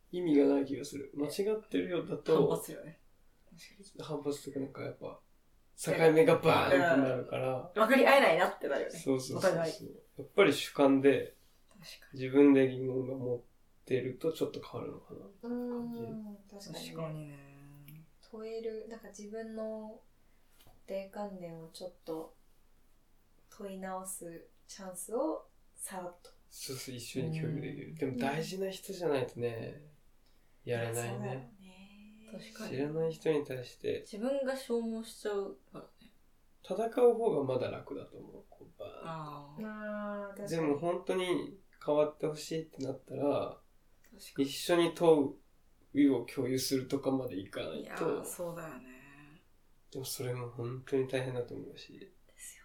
意味がない気がする。間違ってるようだと反発よね。 反発とかなんかやっぱ境目がバーンってなるから分かり合えないなってなるよね。 そうそうそうそう。やっぱり主観で自分で疑問が持ってるとちょっと変わるのかな。 うん、確かに、ね、 確かにね。 問える、なんか自分の固定観念をちょっと問い直すチャンスをさらっと。 そうそう、一緒に共有できる。でも大事な人じゃないとね、やれないね。 確かに。 知らない人に対して自分が消耗しちゃうからね。 戦う方がまだ楽だと思う。こうバーンあああ、 でも本当に変わってほしいってなったら、一緒に問うを共有するとかまでいかないと。いやそうだよね。 でもそれも本当に大変だと思うし。 ですよ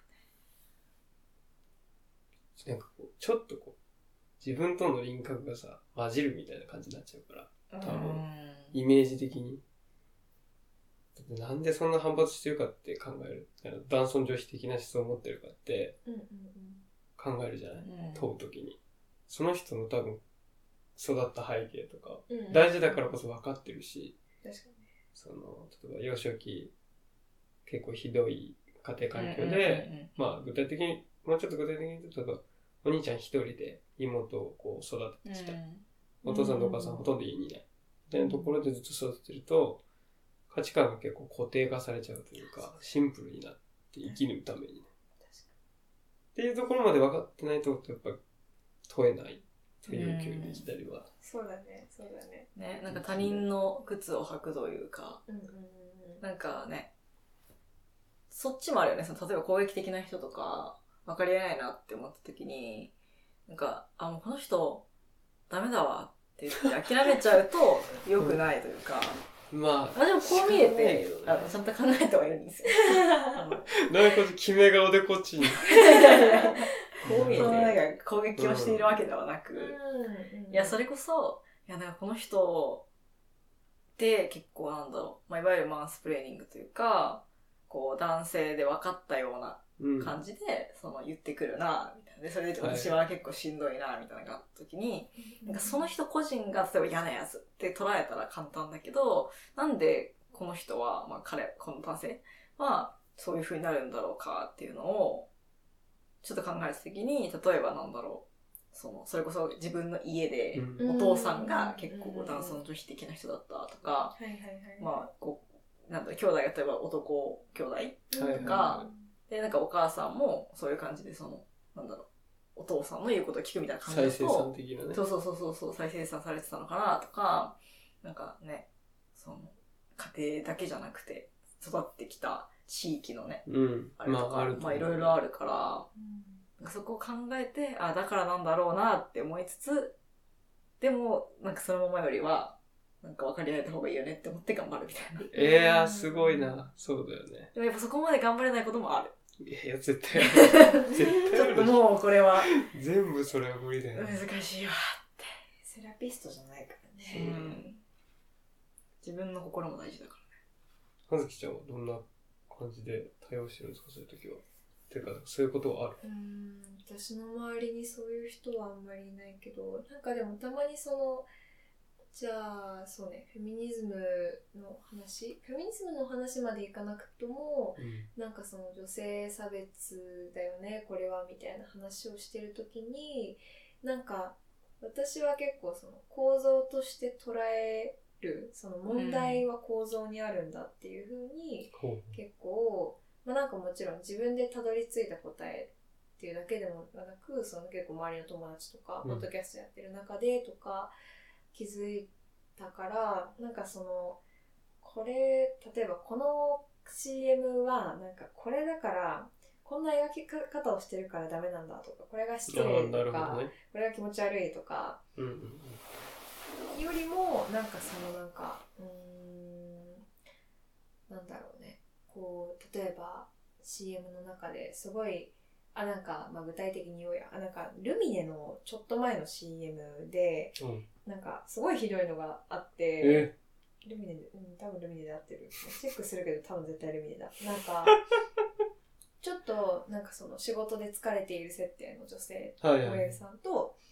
ね。なんかこう、ちょっとこう、自分との輪郭がさ、混じるみたいな感じになっちゃうから、多分、イメージ的に。だってなんでそんな反発してるかって考える。男尊女卑的な思想を持ってるかって考えるじゃない、うん、問うときに。その人の多分、育った背景とか、うん、大事だからこそ分かってるし、 確かにその、例えば幼少期、結構ひどい家庭環境で、まあ具体的に、もうちょっと具体的に言うと、お兄ちゃん一人で妹をこう育ててきた。うん、お父さんとお母さんほとんど家にいない。みたいなところでずっと育ててると、価値観が結構固定化されちゃうというか、シンプルになって生きるためにね。っていうところまで分かってないと、やっぱ問えないという教育できたりは、うん。 そうだね、そうだね。 ね、なんか他人の靴を履くというか、うんうんうん、なんかね、そっちもあるよね。その例えば攻撃的な人とか、分かり合えないなって思った時に、なんか、あ、もうこの人、ダメだわって言って諦めちゃうと良くないというか、 まあ、 あ、でもこう見えて、あのちゃんと考えてはいるんですよ。 なんか決め顔でこっちに。 こう見えて、なんか攻撃をしているわけではなく、うん、いや、それこそ、いや、なんかこの人って結構なんだろう、まあ、いわゆるマンスプレーニングというか、こう男性で分かったような感じで、うん、その言ってくるな、みたいな。で、それで私は結構しんどいな、みたいなのがあった時に、はい、なんかその人個人が例えば嫌なやつって捉えたら簡単だけど、なんでこの人は、まあ彼、この男性はそういう風になるんだろうかっていうのを、ちょっと考えた時に、例えばなんだろう、その、それこそ自分の家で、お父さんが結構男尊女卑的な人だったとか、まあ、こう、なんだろう、兄弟が例えば男兄弟とか、はいはいはい、で、なんかお母さんもそういう感じで、その、なんだろう、お父さんの言うことを聞くみたいな感じだと、 再生産的なね。 そうそうそうそう、再生産されてたのかなとか、なんかね、その、家庭だけじゃなくて、育ってきた地域のね、 うん、 あれとか、まあ、あるまあいろいろあるから、うん、そこを考えて、あ、だからなんだろうなって思いつつ、でも、なんかそのままよりは、なんか分かり合えた方がいいよねって思って頑張るみたいな。 ええー、すごいな。そうだよね。 でもやっぱそこまで頑張れないこともある。 いや、絶対絶対ちょっともうこれは。 全部それは無理だよ。 難しいわって。 セラピストじゃないからね。 うん。自分の心も大事だからね。 はずきちゃんはどんな感じで対応してるんですか、そういう時は。てか、そういうことはある？ うーん、私の周りにそういう人はあんまりいないけど、なんかでもたまにその、じゃあ、そうね、フェミニズムの話フェミニズムの話までいかなくとも、うん、なんかその女性差別だよね、これは、みたいな話をしてるときに、なんか、私は結構その構造として捉える、その問題は構造にあるんだっていうふうに、結構、まあなんかもちろん自分でたどり着いた答えっていうだけでもなく、その結構周りの友達とか、ポッドキャストやってる中でとか、気づいたから、なんかその、これ、例えばこの シーエム は、なんかこれだから、こんな描き方をしてるからダメなんだとか、これが失礼とか、ね、これが気持ち悪いとか、うんうんうん、よりも、なんかそのなんか、うーん、なんだろうね、こう、例えば シーエム の中ですごい、あ、なんか、まあ、具体的に言おうや。あ、なんか、ルミネのちょっと前の シーエム で、うん、なんか、すごいひどいのがあって、えルミネで、うん、多分ルミネで合ってる。チェックするけど、多分絶対ルミネだ。なんか、ちょっと、なんかその、仕事で疲れている設定の女性、モデルさんと、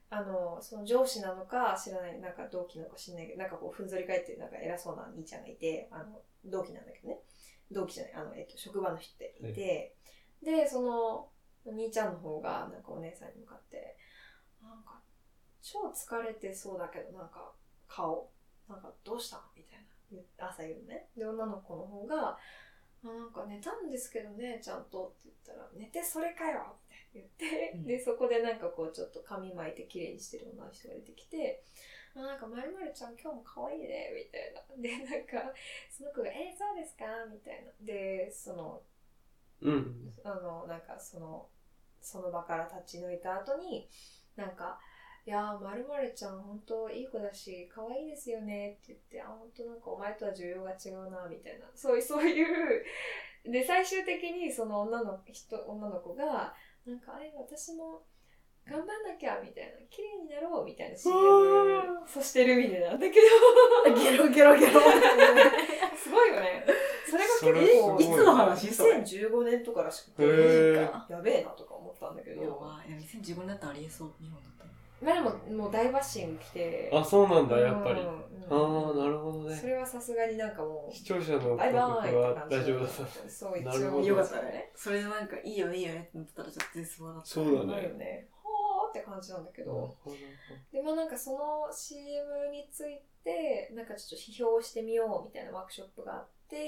あのその上司なのか知らない、なんか同期なのか知らないけど、なんかこうふんぞり返ってるなんか偉そうな兄ちゃんがいて、あの同期なんだけどね、同期じゃない、あの、えっと、職場の人っていて、はい、でそのお兄ちゃんの方がなんかお姉さんに向かってなんか超疲れてそうだけどなんか顔なんかどうしたみたいな朝言うのね。で女の子の方がなんか寝たんですけどねちゃんとって言ったら寝てそれかよって言って、うん、でそこでなんかこうちょっと髪巻いて綺麗にしてる女の人が出てきて、あなんかまるまるちゃん今日も可愛いねみたいな。でなんかその子がえー、そうですかみたいな。でそのうんあのなんかそのその場から立ち退いた後になんかいやーまるまるちゃん本当いい子だし可愛いですよねって言って、あ本当なんかお前とは需要が違うなみたいな、そういうそういうで最終的にその女の人女の子がなんかあれ私も頑張んなきゃみたいな、綺麗になろうみたいな シーエム そしてるみたいなんだけどゲロゲロゲロすごいよね。それが結構いつの話？ にせんじゅうごねんとからしくてやべえなとか思ったんだけど、 にせんじゅうごねんだったらありえそう日本だったら。 まあでももう大バッシング来て、 あそうなんだやっぱり、うんうん、ああなるほどね。 それはさすがになんかもう視聴者の価格は大丈夫だった。 そう一応よかったね。それでなんかいいよいいよねって言ったらちょっと絶望だった。 そうだね。 よね。はーって感じなんだけど、でもなんかその シーエム についてなんかちょっと批評してみようみたいなワークショップがあって。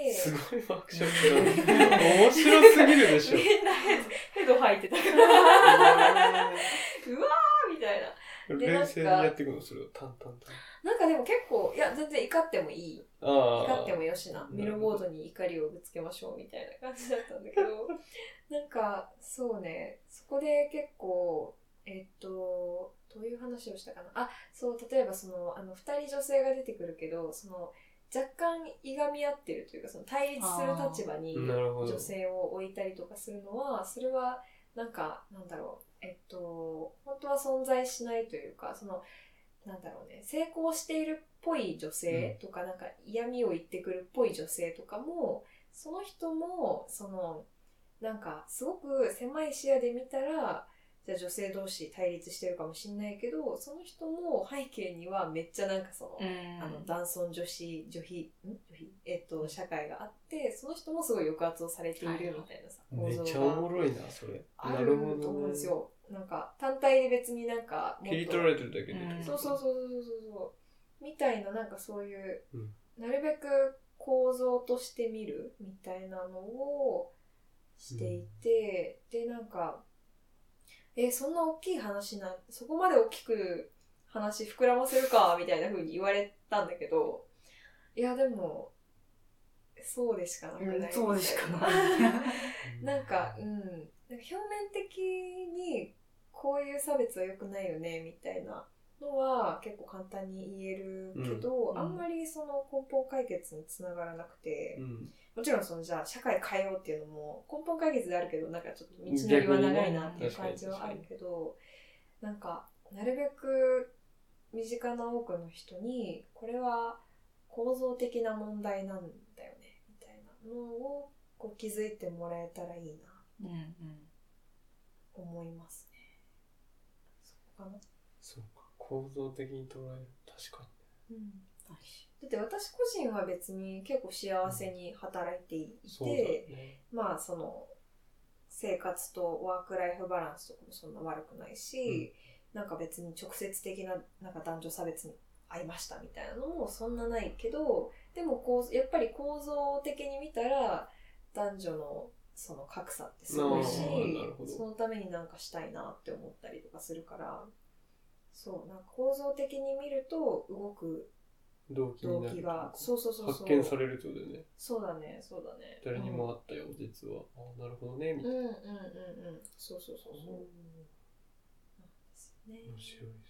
すごいワークショップだね。面白すぎるでしょ。 みんなヘド吐いてたからうわーみたいな。 冷静にやっていくのそれを淡々と。 なんかでも結構いや全然怒ってもいい、怒ってもよしな、ミルボードに怒りをぶつけましょうみたいな感じだったんだけどなんかそうね、そこで結構えっとどういう話をしたかなあ、そう例えばそのあのふたり女性が出てくるけどその若干いがみ合ってるというかその対立する立場に女性を置いたりとかするのはそれはなんかなんだろうえっと本当は存在しないというかそのなんだろうね成功しているっぽい女性とか、うん、なんか嫌味を言ってくるっぽい女性とかもその人もそのなんかすごく狭い視野で見たらじゃあ女性同士対立してるかもしれないけどその人も背景にはめっちゃなんかその、うん、あの男尊女子女卑ん女卑えっと社会があってその人もすごい抑圧をされているみたいなさ、 はい、構造がめっちゃおもろいなそれあると思うんですよ。なんか単体で別になんか切り取られてるだけで、うん、 そうそうそうそうそうみたいななんかそういう、うん、なるべく構造として見るみたいなのをしていて、うん、でなんかえそんな大きい話なそこまで大きく話膨らませるかみたいな風に言われたんだけど、いやでもそうでしかなくない、うん、 そうでしかないなんかうんなんか表面的にこういう差別は良くないよねみたいなのは結構簡単に言えるけど、うん、あんまりその根本解決につながらなくて、うん、もちろんそのじゃあ社会変えようっていうのも根本解決であるけどなんかちょっと道のりは長いなっていう感じはあるけど、なんかなるべく身近な多くの人にこれは構造的な問題なんだよねみたいなのをこう気づいてもらえたらいいなって思いますね。そうかな。 そうか構造的に捉える確かに、うん、 だって私個人は別に結構幸せに働いていて、うんね、まあその生活とワークライフバランスとかもそんな悪くないし、うん、なんか別に直接的な、なんか男女差別に遭いましたみたいなのもそんなないけど、でもこうやっぱり構造的に見たら男女のその格差ってすごいし、そのためになんかしたいなって思ったりとかするから、そうなんか構造的に見ると動く動機になる、動機がそうそうそうそう発見されるってことだよね。 そうだねそうだね。 誰にもあったよ、うん、実はあなるほどねみたいな。 うんうんうんうんそうそうそうそう。なんですね。 面白いです。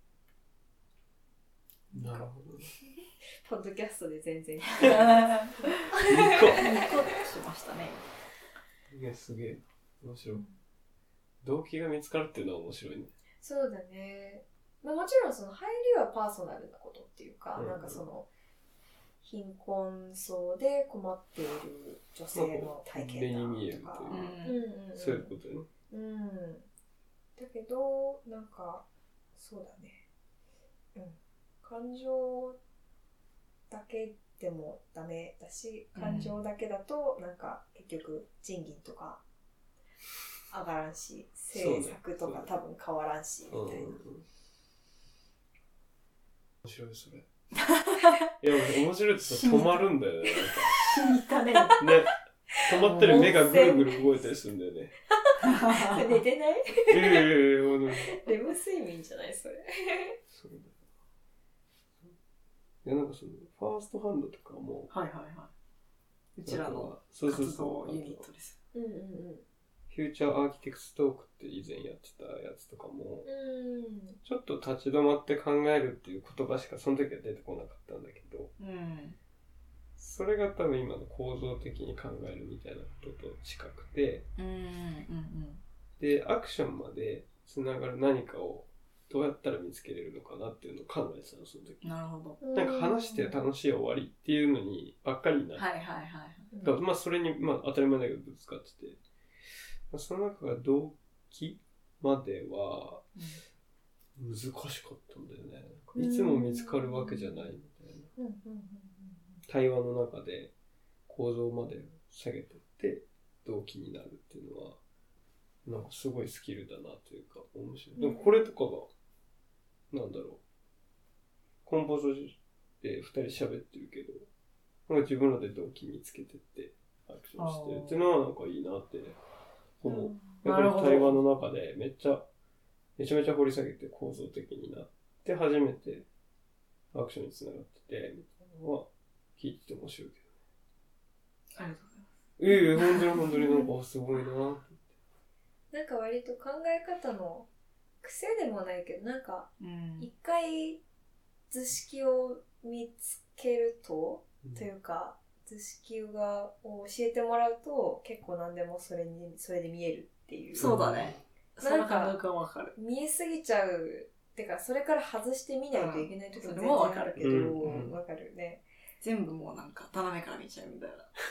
なるほどね。 ポッドキャストで全然。ニコニコしましたね。 いやすげえ面白い、うん。動機が見つかるっていうのは面白いね。 そうだね。まあ、もちろんその入りはパーソナルなことっていうか、うんうん、なんかその貧困層で困っている女性の体験談とか、目に見えるという、うんうんうん、そういうことね。うん。だけどなんかそうだね。うん。感情だけでもダメだし、感情だけだとなんか結局賃金とか上がらんし、政策とか多分変わらんしみたいな。うんうん、面白いそれ。いや面白いってさ止まるんだよね。 聞いたね。 ね。止まったり目がぐるぐる動いたりするんだよね。 寝てない？ いやいやいや、 レム睡眠じゃないそれ。そうだよ。 いやなんかそのファーストハンドとかも、 はいはいはい。うちらの活動ユニットです。 うんうんうん。 フューチャーアーキテクストークって以前やってたやつとかも、うん、ちょっと立ち止まって考えるっていう言葉しかその時は出てこなかったんだけど、うん、それが多分今の構造的に考えるみたいなことと近くて、うんうんうん、でアクションまでつながる何かをどうやったら見つけれるのかなっていうのを考えてたのその時。 なるほど。 なんか話して楽しい終わりっていうのにばっかりになって、はいはいはい。だからまあそれにまあ当たり前だけどぶつかってて、その中が動機までは難しかったんだよね。いつも見つかるわけじゃないみたいな。対話の中で構造まで下げてって動機になるっていうのはなんかすごいスキルだなというか面白い。でもこれとかがなんだろう、コンポーズでふたり喋ってるけど、なんか自分らで動機見つけてってアクションしてるっていうのはなんかいいなって思う。やっぱり対話の中でめっちゃめちゃめちゃ掘り下げて構造的になって初めてアクションにつながっててみたいなのは聞いてて面白いけどね。ありがとうございます。 ええ本当に本当になんかすごいな。 なんか割と考え方の癖でもないけど、なんか一回図式を見つけると、うん、というか図式がを教えてもらうと結構何でもそれにそれで見えるっていう。 そうだね。なんかわかる。 見えすぎちゃうってかそれから外してみないといけない時も全然あるけど、うん、わかるね。 全部もうなんか斜めから見ちゃうみたい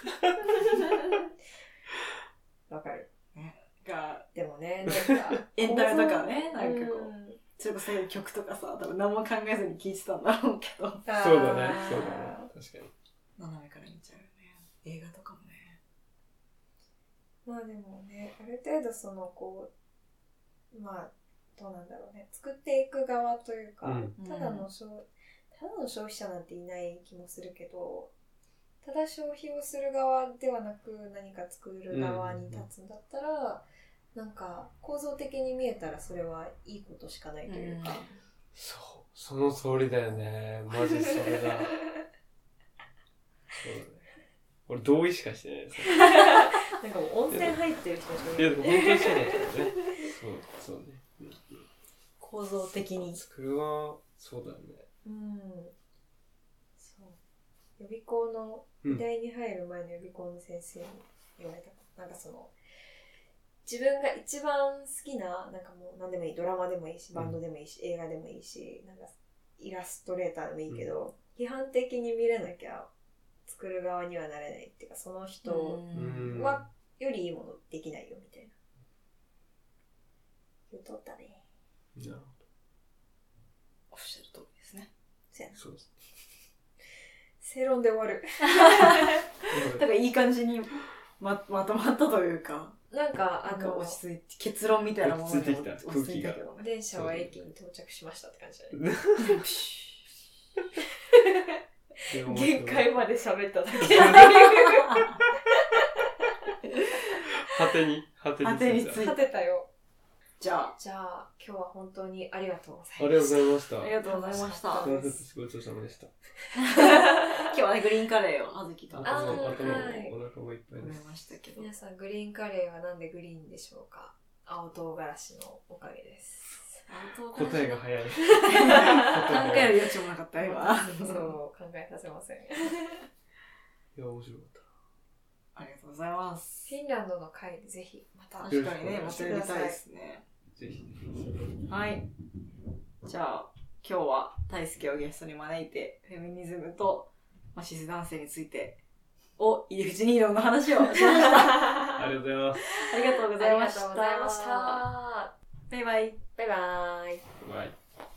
な。わかる。 がでもね、なんかエンタメとかね、なんかこう、うん、それこそそういう曲とかさ、多分何も考えずに聴いてたんだろうけど。 そうだね、そうだね、確かに。 斜めから見ちゃうよね。映画とかもね。 まあでもね、ある程度そのこう、まあどうなんだろうね、作っていく側というか、うん、ただの消ただの消費者なんていない気もするけど。ただ消費をする側ではなく何か作る側に立つんだったら、うん、なんか構造的に見えたらそれはいいことしかないというか、うん、 そうその通りだよね。マジそれだ。そうだね。俺同意しかしてないです。 なんかもう温泉入ってる人しかいない。 いやでも本当にそうだったよね。そうそうね、うん、 構造的に作るはそうだよね。 うん。予備校の美大に入る前の予備校の先生に言われた、うん、なんかその自分が一番好きななんかもう何でもいい、ドラマでもいいしバンドでもいいし、うん、映画でもいいし、なんかイラストレーターでもいいけど、うん、批判的に見れなきゃ作る側にはなれないっていうか、その人はよりいいものできないよみたいな言うとったね。 なるほど。 おっしゃる通りですね。 そうです。 正論で終わる。 だからいい感じに ま, まとまったというか、 なんかあの落ち着いて結論みたいなものに落ち着いてきた空気が。 電車は駅に到着しましたって感じだね。限界まで喋っただけ。 果てに果てに果てについ果てたよ。 じゃあじゃあ今日は本当にありがとうございました。 ありがとうございました。 ありがとうございました。 ごちそうさまでした。 今日はねグリーンカレーをあずきとあ頭もお腹もいっぱいです。 ましたけど、 皆さんグリーンカレーはなんでグリーンでしょうか。青唐辛子のおかげです。 答えが早い。考える余地もなかった今。 そう考えさせません。いや面白かった。 ありがとうございます。 フィンランドの会でぜひまた確かにねまたやりたいですね。 ぜひ。 はい。じゃあ今日は大輔をゲストに招いてフェミニズムと、まあ、シス男性についてを入り口にいろんな話をしました。 ありがとうございます。 ありがとうございました。 ありがとうございました。 バイバイ。 バイバイ。 バイバイ。